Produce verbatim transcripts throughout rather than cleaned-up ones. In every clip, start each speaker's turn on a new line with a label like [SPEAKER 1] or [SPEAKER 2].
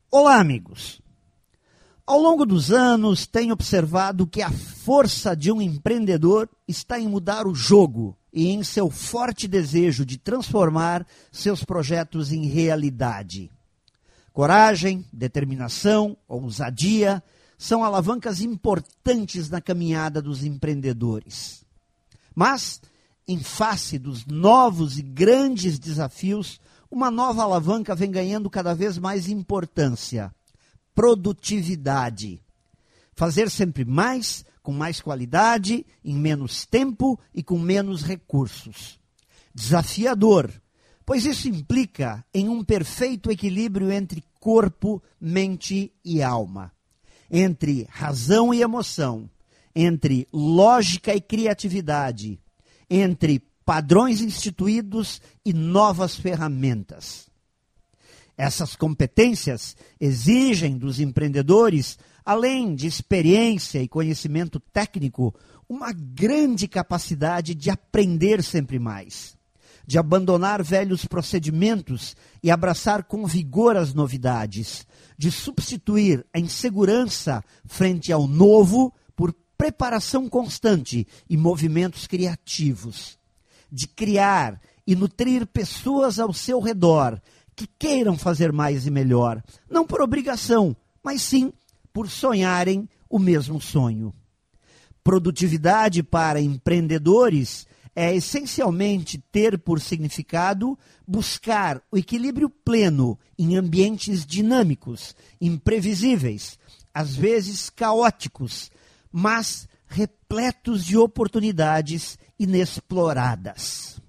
[SPEAKER 1] Olá, amigos! Ao longo dos anos, tenho observado que a força de um empreendedor está em mudar o jogo e em seu forte desejo de transformar seus projetos em realidade. Coragem, determinação, ousadia são alavancas importantes na caminhada dos empreendedores. Mas, em face dos novos e grandes desafios, uma nova alavanca vem ganhando cada vez mais importância: produtividade. Fazer sempre mais, com mais qualidade, em menos tempo e com menos recursos. Desafiador, pois isso implica em um perfeito equilíbrio entre corpo, mente e alma, entre razão e emoção, entre lógica e criatividade, entre padrões instituídos e novas ferramentas. Essas competências exigem dos empreendedores, além de experiência e conhecimento técnico, uma grande capacidade de aprender sempre mais, de abandonar velhos procedimentos e abraçar com vigor as novidades, de substituir a insegurança frente ao novo por preparação constante e movimentos criativos, de criar e nutrir pessoas ao seu redor que queiram fazer mais e melhor, não por obrigação, mas sim por sonharem o mesmo sonho. Produtividade para empreendedores é essencialmente ter por significado buscar o equilíbrio pleno em ambientes dinâmicos, imprevisíveis, às vezes caóticos, mas repletos de oportunidades inexploradas.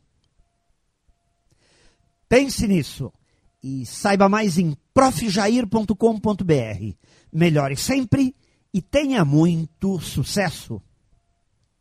[SPEAKER 1] Pense nisso e saiba mais em prof jair ponto com ponto br. Melhore sempre e tenha muito sucesso!